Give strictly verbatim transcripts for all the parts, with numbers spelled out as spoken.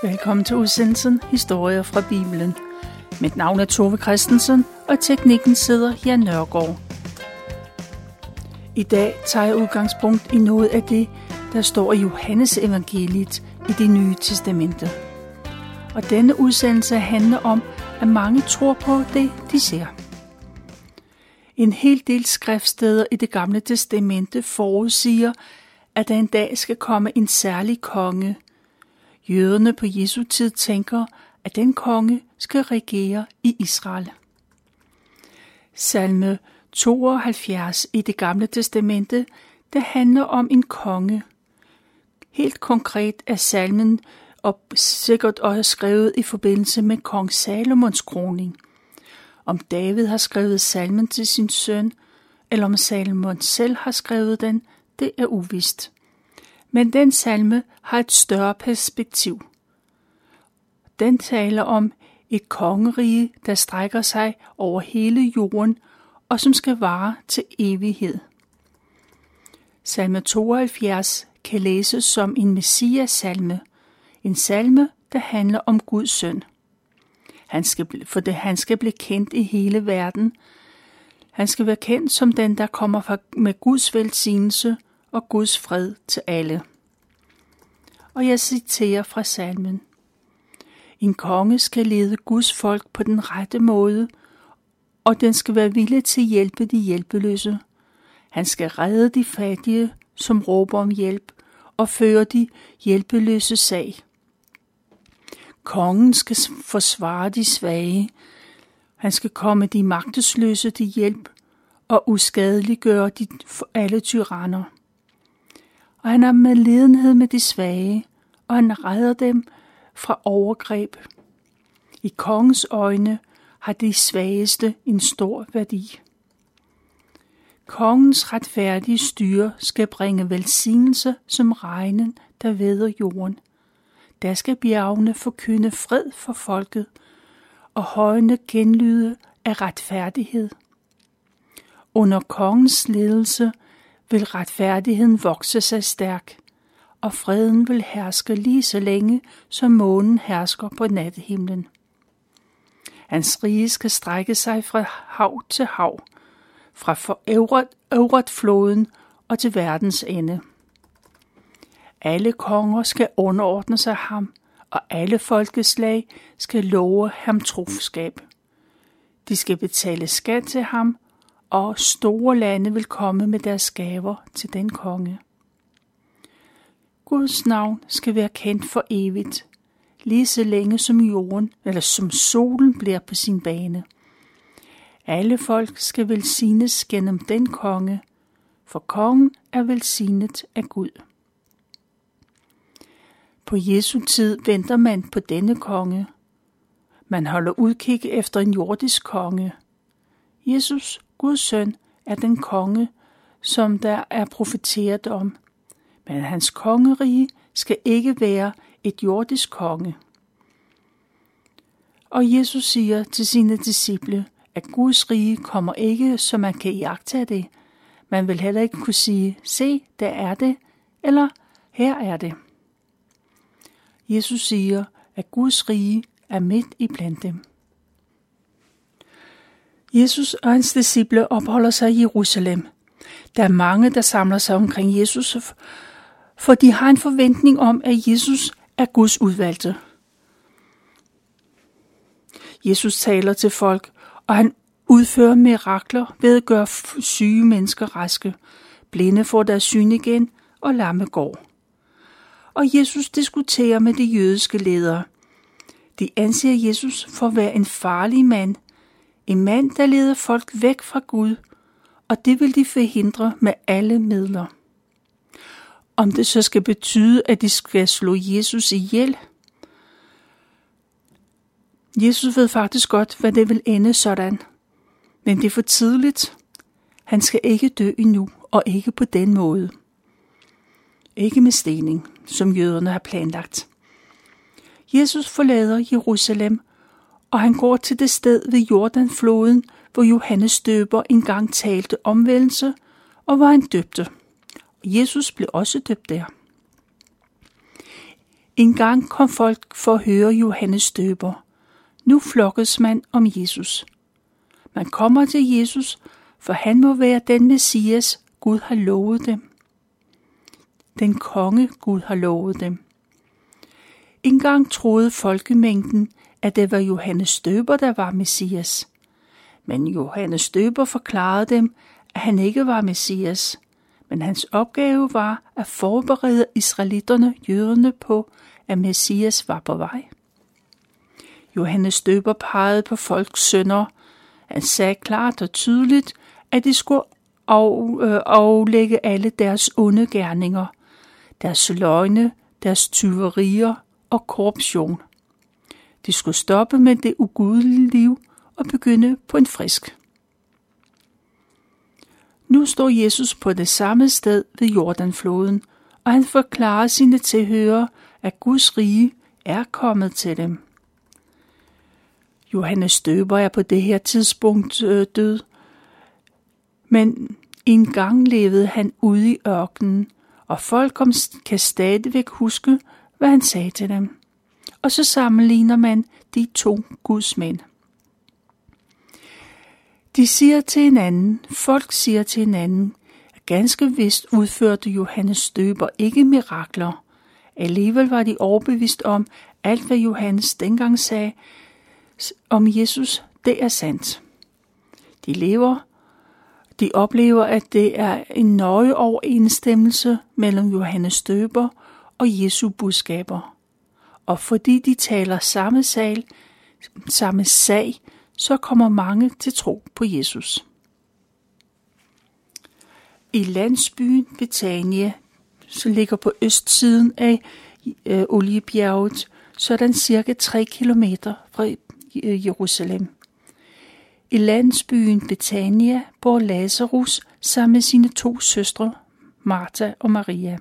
Velkommen til udsendelsen Historier fra Bibelen. Mit navn er Tove Christensen, og teknikken sidder Jan Nørgaard. I dag tager jeg udgangspunkt i noget af det, der står i Johannes evangeliet i Det Nye Testamente. Og denne udsendelse handler om, at mange tror på det, de ser. En hel del skriftsteder i Det Gamle Testamente forudsiger, at der en dag skal komme en særlig konge. Jøderne på Jesu tid tænker, at den konge skal regere i Israel. Salme tooghalvfjerds i Det Gamle Testamente, der handler om en konge. Helt konkret er salmen og sikkert også skrevet i forbindelse med kong Salomons kroning. Om David har skrevet salmen til sin søn, eller om Salomon selv har skrevet den, det er uvist. Men den salme har et større perspektiv. Den taler om et kongerige, der strækker sig over hele jorden, og som skal vare til evighed. Salme tooghalvfjerds kan læses som en messias-salme, en salme, der handler om Guds søn. Han skal, for det, han skal blive kendt i hele verden. Han skal være kendt som den, der kommer fra, med Guds velsignelse og Guds fred til alle. Og jeg citerer fra salmen. En konge skal lede Guds folk på den rette måde, og den skal være villig til at hjælpe de hjælpeløse. Han skal redde de fattige, som råber om hjælp, og føre de hjælpeløse sag. Kongen skal forsvare de svage. Han skal komme de magtesløse til hjælp og uskadeliggøre de, alle tyranner. Og han er med lidenhed med de svage, og han redder dem fra overgreb. I kongens øjne har de svageste en stor værdi. Kongens retfærdige styre skal bringe velsignelse som regnen, der væder jorden. Der skal bjergene forkynde fred for folket, og højene genlyde af retfærdighed. Under kongens ledelse vil retfærdigheden vokse sig stærk, og freden vil herske lige så længe, som månen hersker på nattehimlen. Hans rige skal strække sig fra hav til hav, fra Eurat-floden og til verdens ende. Alle konger skal underordne sig ham, og alle folkeslag skal love ham troskab. De skal betale skat til ham, og store lande vil komme med deres gaver til den konge. Guds navn skal være kendt for evigt, lige så længe som jorden eller som solen bliver på sin bane. Alle folk skal velsignes gennem den konge, for kongen er velsignet af Gud. På Jesu tid venter man på denne konge. Man holder udkig efter en jordisk konge. Jesus, Guds søn, er den konge, som der er profeteret om. Men hans kongerige skal ikke være et jordisk konge. Og Jesus siger til sine disciple, at Guds rige kommer ikke, så man kan iagttage det. Man vil heller ikke kunne sige, se, der er det, eller her er det. Jesus siger, at Guds rige er midt i blandt dem. Jesus og hans disciple opholder sig i Jerusalem. Der er mange, der samler sig omkring Jesus, for de har en forventning om, at Jesus er Guds udvalgte. Jesus taler til folk, og han udfører mirakler ved at gøre syge mennesker raske. Blinde får deres syn igen, og lamme går. Og Jesus diskuterer med de jødiske ledere. De anser Jesus for at være en farlig mand, en mand, der leder folk væk fra Gud, og det vil de forhindre med alle midler. Om det så skal betyde, at de skal slå Jesus ihjel. Jesus ved faktisk godt, hvad det vil ende sådan. Men det er for tidligt. Han skal ikke dø endnu, og ikke på den måde. Ikke med stening, som jøderne har planlagt. Jesus forlader Jerusalem, og han går til det sted ved Jordanfloden, hvor Johannes døber engang talte omvendelse, og hvor han døbte. Jesus blev også døbt der. En gang kom folk for at høre Johannes Døber. Nu flokkes man om Jesus. Man kommer til Jesus, for han må være den Messias, Gud har lovet dem. Den konge, Gud har lovet dem. En gang troede folkemængden, at det var Johannes Døber, der var Messias. Men Johannes Døber forklarede dem, at han ikke var Messias, men hans opgave var at forberede israelitterne, jøderne, på, at Messias var på vej. Johannes Døber pegede på folks synder. Han sagde klart og tydeligt, at de skulle af, øh, aflægge alle deres onde gerninger, deres løgne, deres tyverier og korruption. De skulle stoppe med det ugudelige liv og begynde på en frisk. Nu står Jesus på det samme sted ved Jordanfloden, og han forklarer sine tilhørere, at Guds rige er kommet til dem. Johannes Døber er på det her tidspunkt øh, død, men en gang levede han ude i ørkenen, og folk kan stadigvæk huske, hvad han sagde til dem. Og så sammenligner man de to Guds mænd. De siger til hinanden, folk siger til hinanden, at ganske vist udførte Johannes Døber ikke mirakler. Alligevel var de overbevist om, alt hvad Johannes dengang sagde om Jesus, det er sandt. De lever, de oplever, at det er en nøje overensstemmelse mellem Johannes Døber og Jesu budskaber. Og fordi de taler samme sag, samme sag, så kommer mange til tro på Jesus. I landsbyen Betania, som ligger på østsiden af øh, Oliebjerget, så er den cirka tre kilometer fra øh, Jerusalem. I landsbyen Betania bor Lazarus sammen med sine to søstre, Martha og Maria.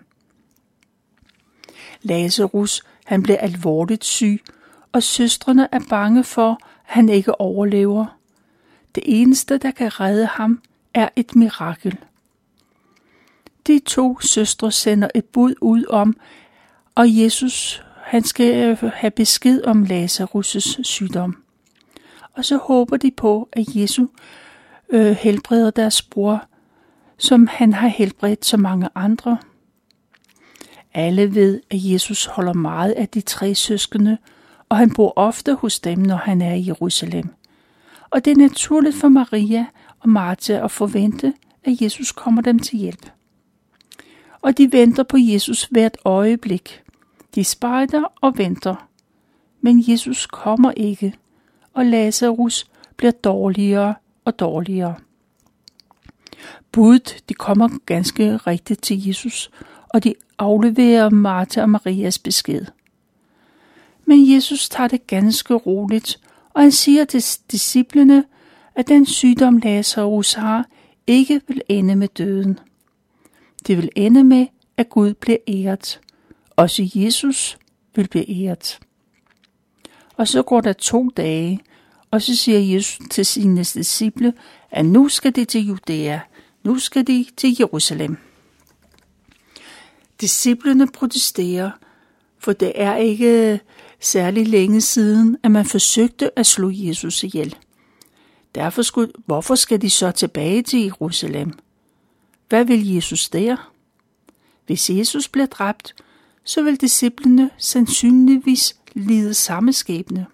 Lazarus, han blev alvorligt syg, og søstrene er bange for, at han ikke overlever. Det eneste, der kan redde ham, er et mirakel. De to søstre sender et bud ud om, og Jesus, han skal have besked om Lazarus' sygdom. Og så håber de på, at Jesus øh, helbreder deres bror, som han har helbredt så mange andre. Alle ved, at Jesus holder meget af de tre søskende, og han bor ofte hos dem, når han er i Jerusalem. Og det er naturligt for Maria og Martha at forvente, at Jesus kommer dem til hjælp. Og de venter på Jesus hvert øjeblik. De spejder og venter. Men Jesus kommer ikke, og Lazarus bliver dårligere og dårligere. Budet, de kommer ganske rigtigt til Jesus, og de afleverer Martha og Marias besked. Men Jesus tager det ganske roligt, og han siger til disciplene, at den sygdom Lazarus har, ikke vil ende med døden. Det vil ende med, at Gud bliver æret. Også Jesus vil blive æret. Og så går der to dage, og så siger Jesus til sine disciple, at nu skal de til Judæa, nu skal de til Jerusalem. Disciplene protesterer, for det er ikke særlig længe siden, at man forsøgte at slå Jesus ihjel. Derfor skulle, hvorfor skal de så tilbage til Jerusalem? Hvad vil Jesus der? Hvis Jesus bliver dræbt, så vil disciplene sandsynligvis lide samme skæbne.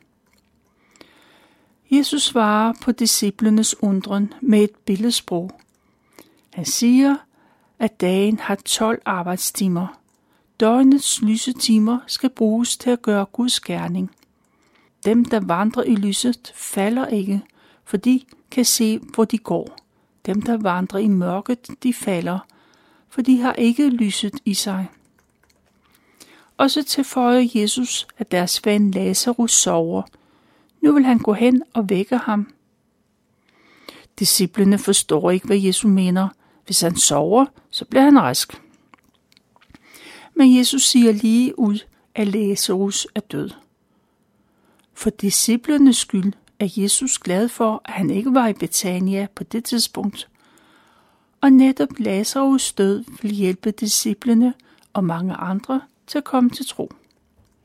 Jesus svarer på disciplenes undren med et billedsprog. Han siger, at dagen har tolv arbejdstimer. Døgnets lysetimer skal bruges til at gøre Guds gerning. Dem, der vandrer i lyset, falder ikke, for de kan se, hvor de går. Dem, der vandrer i mørket, de falder, for de har ikke lyset i sig. Og så tilføjer Jesus, at deres ven Lazarus sover. Nu vil han gå hen og vække ham. Disciplene forstår ikke, hvad Jesus mener. Hvis han sover, så bliver han rask. Men Jesus siger lige ud, at Lazarus er død. For disciplernes skyld er Jesus glad for, at han ikke var i Betania på det tidspunkt. Og netop Lazarus død vil hjælpe disciplene og mange andre til at komme til tro.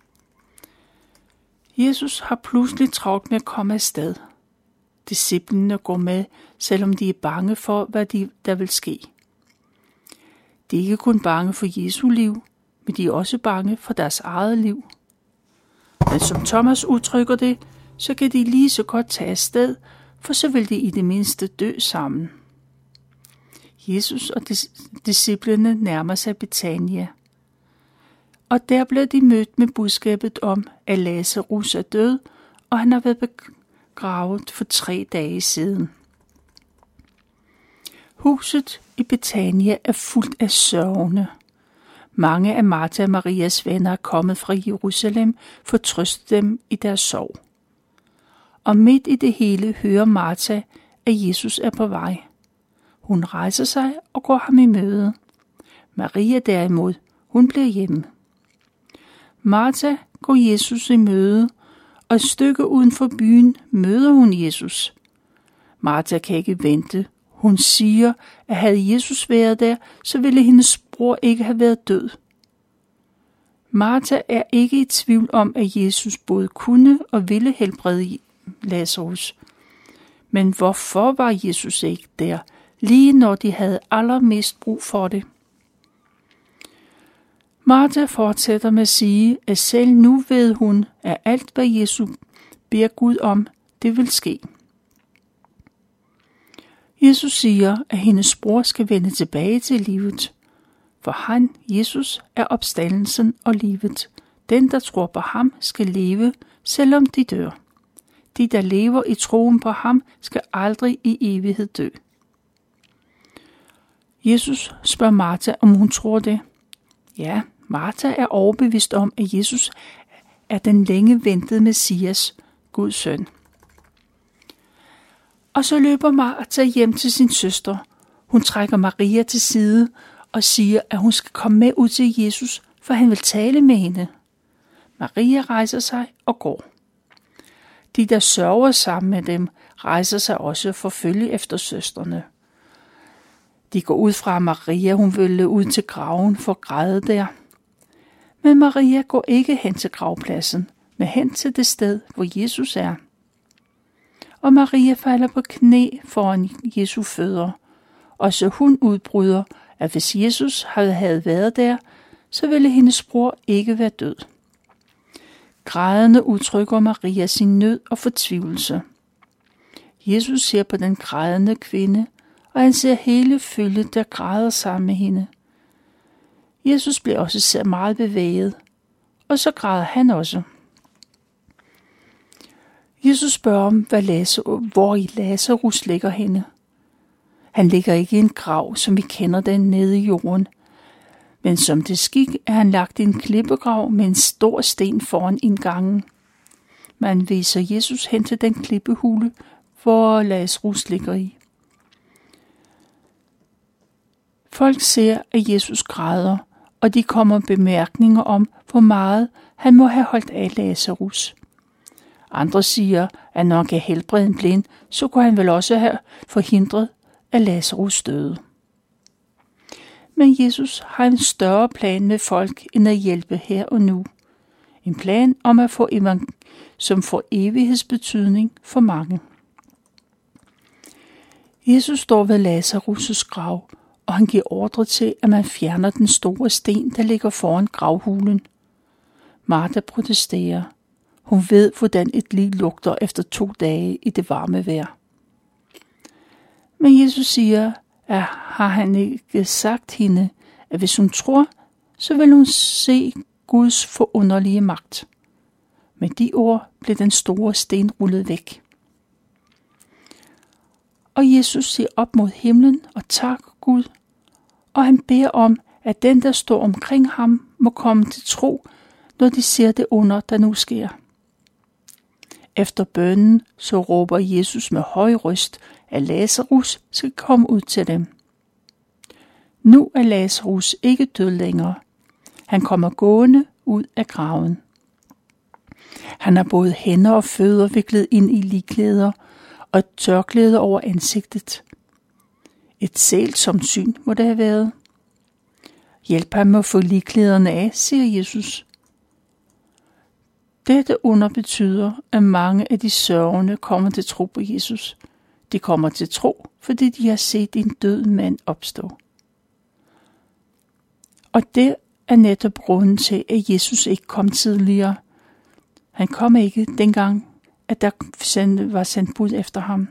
Jesus har pludselig travlt med at komme afsted. Disciplene går med, selvom de er bange for, hvad de, der vil ske. De er ikke kun bange for Jesu liv, men de er også bange for deres eget liv. Men som Thomas udtrykker det, så kan de lige så godt tage afsted, for så vil de i det mindste dø sammen. Jesus og disciplene nærmer sig Betania. Og der blev de mødt med budskabet om, at Lazarus er død, og han har været begravet for tre dage siden. Huset i Betania er fuldt af sørgende. Mange af Martha og Marias venner er kommet fra Jerusalem for at trøste dem i deres sorg. Og midt i det hele hører Martha, at Jesus er på vej. Hun rejser sig og går ham i møde. Maria derimod, hun bliver hjemme. Martha går Jesus i møde, og et stykke uden for byen møder hun Jesus. Martha kan ikke vente. Hun siger, at havde Jesus været der, så ville hendes bror ikke have været død. Martha er ikke i tvivl om, at Jesus både kunne og ville helbrede Lazarus. Men hvorfor var Jesus ikke der, lige når de havde allermest brug for det? Martha fortsætter med at sige, at selv nu ved hun, at alt hvad Jesus beder Gud om, det vil ske. Jesus siger, at hendes bror skal vende tilbage til livet, for han, Jesus, er opstandelsen og livet. Den, der tror på ham, skal leve, selvom de dør. De, der lever i troen på ham, skal aldrig i evighed dø. Jesus spørger Martha, om hun tror det. Ja, Martha er overbevist om, at Jesus er den længe ventede Messias, Guds søn. Og så løber Martha hjem til sin søster. Hun trækker Maria til side og siger, at hun skal komme med ud til Jesus, for han vil tale med hende. Maria rejser sig og går. De, der sørger sammen med dem, rejser sig også for at følge efter søstrene. De går ud fra Maria, hun ville ud til graven for at græde der. Men Maria går ikke hen til gravpladsen, men hen til det sted, hvor Jesus er. Og Maria falder på knæ foran Jesu fødder, og så hun udbryder, at hvis Jesus havde været der, så ville hendes bror ikke være død. Grædende udtrykker Maria sin nød og fortvivlelse. Jesus ser på den grædende kvinde, og han ser hele følget, der græder sammen med hende. Jesus bliver også meget bevæget, og så græder han også. Jesus spørger om, hvad Lazarus, hvor i Lazarus ligger henne. Han ligger ikke i en grav, som vi kender den nede i jorden, men som det skik er han lagt i en klippegrav med en stor sten foran indgangen. Man viser Jesus hen til den klippehule, hvor Lazarus ligger i. Folk ser, at Jesus græder, og de kommer bemærkninger om, hvor meget han må have holdt af Lazarus. Andre siger, at når han kan helbrede en blind, så kunne han vel også have forhindret, at Lazarus døde. Men Jesus har en større plan med folk, end at hjælpe her og nu. En plan om at få evangeliet, som får evighedsbetydning for mange. Jesus står ved Lazarus' grav, og han giver ordre til, at man fjerner den store sten, der ligger foran gravhulen. Martha protesterer. Hun ved, hvordan et lig lugter efter to dage i det varme vejr. Men Jesus siger, at har han ikke sagt hende, at hvis hun tror, så vil hun se Guds forunderlige magt. Med de ord blev den store sten rullet væk. Og Jesus ser op mod himlen og takker Gud, og han beder om, at den, der står omkring ham, må komme til tro, når de ser det under, der nu sker. Efter bønnen, så råber Jesus med høj røst, at Lazarus skal komme ud til dem. Nu er Lazarus ikke død længere. Han kommer gående ud af graven. Han har både hænder og fødder viklet ind i ligklæder og et tørklæde over ansigtet. Et sælsomt syn må det have været. Hjælp ham med at få ligklæderne af, siger Jesus. Dette under betyder, at mange af de sørgende kommer til tro på Jesus. De kommer til tro, fordi de har set en død mand opstå. Og det er netop grunden til, at Jesus ikke kom tidligere. Han kom ikke dengang, at der var sendt bud efter ham.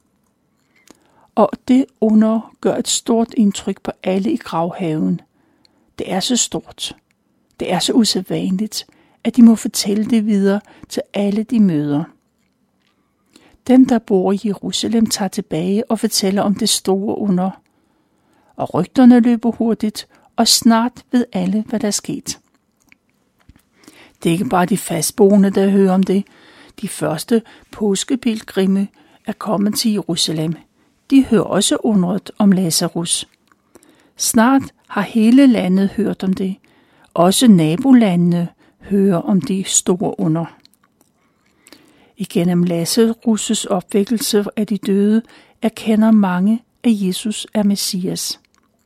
Og det under gør et stort indtryk på alle i gravhaven. Det er så stort. Det er så usædvanligt, at de må fortælle det videre til alle de møder. Dem, der bor i Jerusalem, tager tilbage og fortæller om det store under. Og rygterne løber hurtigt, og snart ved alle, hvad der er sket. Det er ikke bare de fastboende, der hører om det. De første påskepilgrimme er kommet til Jerusalem. De hører også underet om Lazarus. Snart har hele landet hørt om det. Også nabolandene hører om de store under. Igennem Lazarus' opvækkelse af de døde erkender mange, at Jesus er Messias.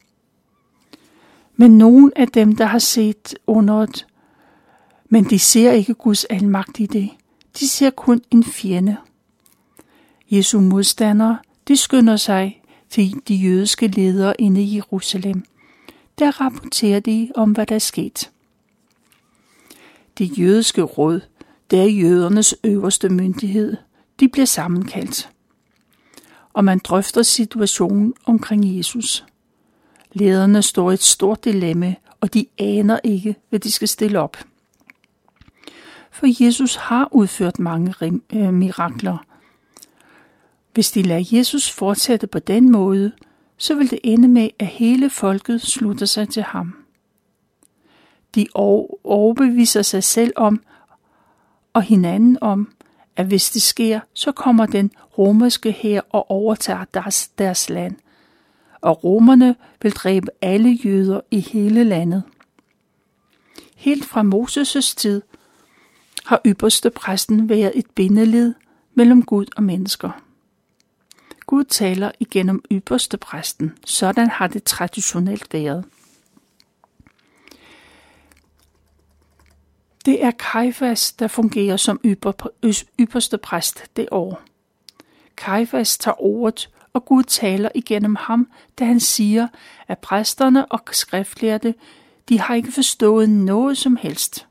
Men nogle af dem, der har set underet, men de ser ikke Guds almagt i det. De ser kun en fjende. Jesu modstandere, de skynder sig til de jødiske ledere inde i Jerusalem. Der rapporterer de om, hvad der er sket. Det jødiske råd, det er jødernes øverste myndighed, de bliver sammenkaldt. Og man drøfter situationen omkring Jesus. Lederne står i et stort dilemma, og de aner ikke, hvad de skal stille op. For Jesus har udført mange rim- øh, mirakler. Hvis de lader Jesus fortsætte på den måde, så vil det ende med, at hele folket slutter sig til ham. De overbeviser sig selv om, og hinanden om, at hvis det sker, så kommer den romerske hær og overtager deres, deres land. Og romerne vil dræbe alle jøder i hele landet. Helt fra Moses' tid har ypperste præsten været et bindeled mellem Gud og mennesker. Gud taler igennem ypperste præsten, sådan har det traditionelt været. Det er Kajfas, der fungerer som ypper, ypperste præst det år. Kajfas tager ordet, og Gud taler igennem ham, da han siger, at præsterne og skriftlærde, de har ikke forstået noget som helst.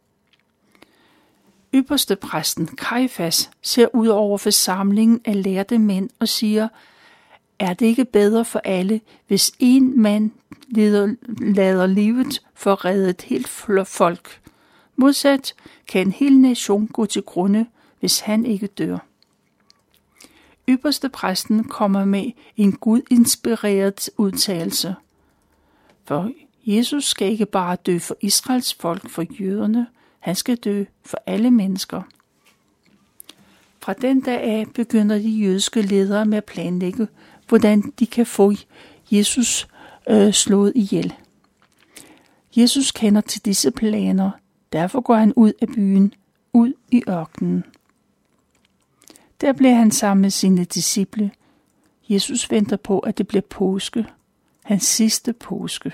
Ypperste præsten Kajfas ser ud over forsamlingen af lærte mænd og siger, er det ikke bedre for alle, hvis en mand leder, lader livet for at redde et helt folk? Modsat kan en hel nation gå til grunde, hvis han ikke dør. Ypperste præsten kommer med en gudinspireret udtalelse. For Jesus skal ikke bare dø for Israels folk, for jøderne, han skal dø for alle mennesker. Fra den dag af begynder de jødiske ledere med at planlægge, hvordan de kan få Jesus øh, slået ihjel. Jesus kender til disse planer, derfor går han ud af byen, ud i ørkenen. Der bliver han sammen med sine disciple. Jesus venter på, at det bliver påske, hans sidste påske.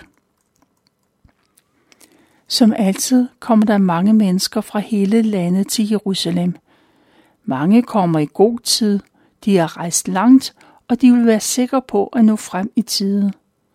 Som altid kommer der mange mennesker fra hele landet til Jerusalem. Mange kommer i god tid, de er rejst langt, og de vil være sikre på at nå frem i tide.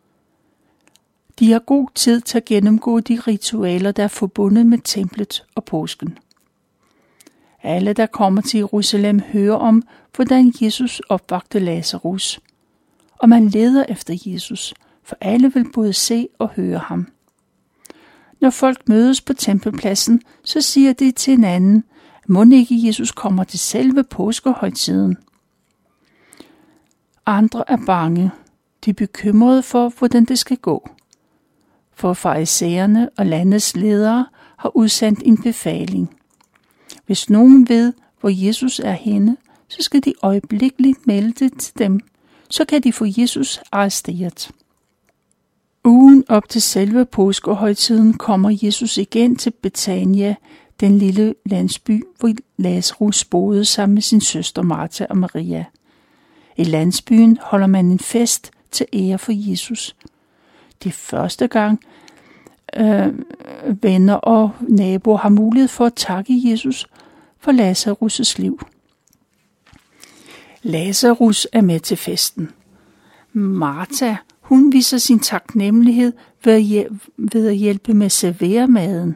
De har god tid til at gennemgå de ritualer, der er forbundet med templet og påsken. Alle, der kommer til Jerusalem, hører om, hvordan Jesus opvagte Lazarus. Og man leder efter Jesus, for alle vil både se og høre ham. Når folk mødes på tempelpladsen, så siger de til hinanden, at mon ikke Jesus kommer til selve påskehøjtiden. Andre er bange. De er bekymrede for, hvordan det skal gå. For farisæerne og landets ledere har udsendt en befaling. Hvis nogen ved, hvor Jesus er henne, så skal de øjeblikkeligt melde det til dem. Så kan de få Jesus arresteret. Ugen op til selve påskehøjtiden kommer Jesus igen til Betania, den lille landsby, hvor Lazarus boede sammen med sin søster Martha og Maria. I landsbyen holder man en fest til ære for Jesus. Det er første gang, øh, venner og naboer har mulighed for at takke Jesus for Lazarus' liv. Lazarus er med til festen. Martha, hun viser sin taknemmelighed ved at hjælpe med at servere maden.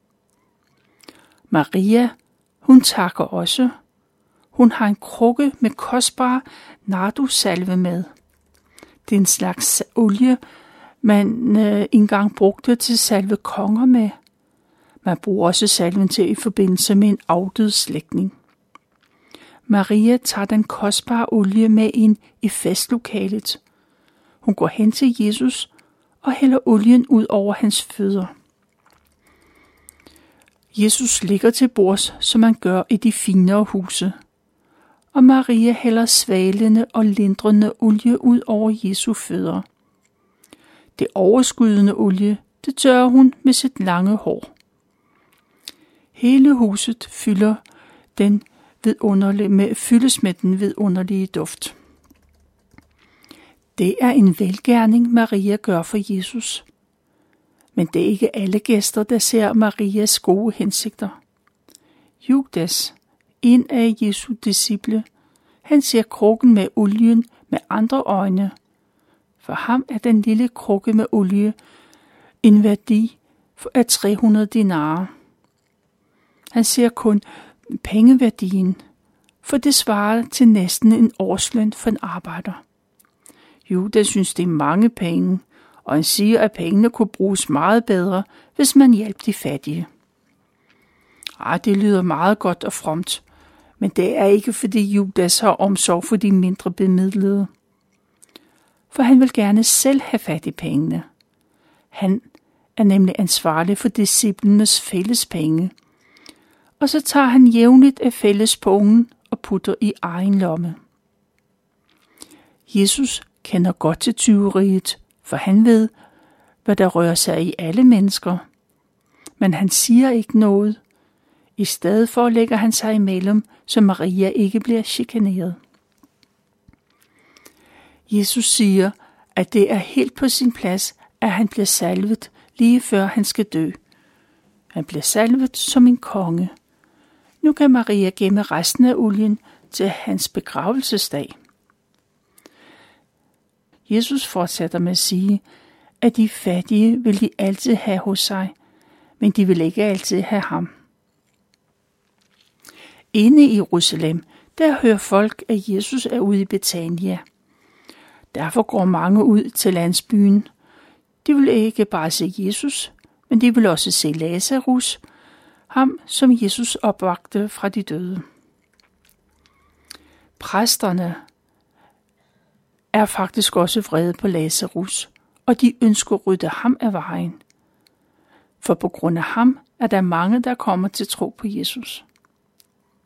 Maria, hun takker også. Hun har en krukke med kostbar nardussalve med. Det er en slags olie, man øh, engang brugte til salve konger med. Man bruger også salven til i forbindelse med en afdød slægtning. Maria tager den kostbare olie med ind i festlokalet. Hun går hen til Jesus og hælder olien ud over hans fødder. Jesus ligger til bords, som man gør i de finere huse, og Maria hælder svalende og lindrende olie ud over Jesu fødder. Det overskydende olie, det tørrer hun med sit lange hår. Hele huset fylder den vidunderlige, med, fyldes med den vidunderlige duft. Det er en velgerning, Maria gør for Jesus. Men det er ikke alle gæster, der ser Marias gode hensigter. Judas, en af Jesu disciple, han ser krukken med olien med andre øjne. For ham er den lille krukke med olie en værdi af tre hundrede dinarer. Han ser kun pengeværdien, for det svarer til næsten en årsløn for en arbejder. Judas synes, det er mange penge, og han siger, at pengene kunne bruges meget bedre, hvis man hjalp de fattige. Ah, det lyder meget godt og fromt, men det er ikke, fordi Judas har omsorg for de mindre bemidlede. For han vil gerne selv have fat i pengene. Han er nemlig ansvarlig for disciplenes fælles penge, og så tager han jævnligt af fællespungen og putter i egen lomme. Jesus kender godt til tyveriet, for han ved, hvad der rører sig i alle mennesker. Men han siger ikke noget. I stedet for lægger han sig imellem, så Maria ikke bliver chikaneret. Jesus siger, at det er helt på sin plads, at han bliver salvet lige før han skal dø. Han bliver salvet som en konge. Nu kan Maria gemme resten af olien til hans begravelsesdag. Jesus fortsætter med at sige, at de fattige vil de altid have hos sig, men de vil ikke altid have ham. Inde i Jerusalem, der hører folk, at Jesus er ude i Betania. Derfor går mange ud til landsbyen. De vil ikke bare se Jesus, men de vil også se Lazarus, ham som Jesus opvagte fra de døde. Præsterne er faktisk også vrede på Lazarus, og de ønsker at rydde ham af vejen. For på grund af ham er der mange, der kommer til tro på Jesus.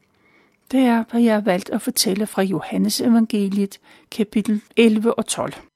Det er, hvad jeg har valgt at fortælle fra Johannes evangeliet, kapitel elleve og tolv.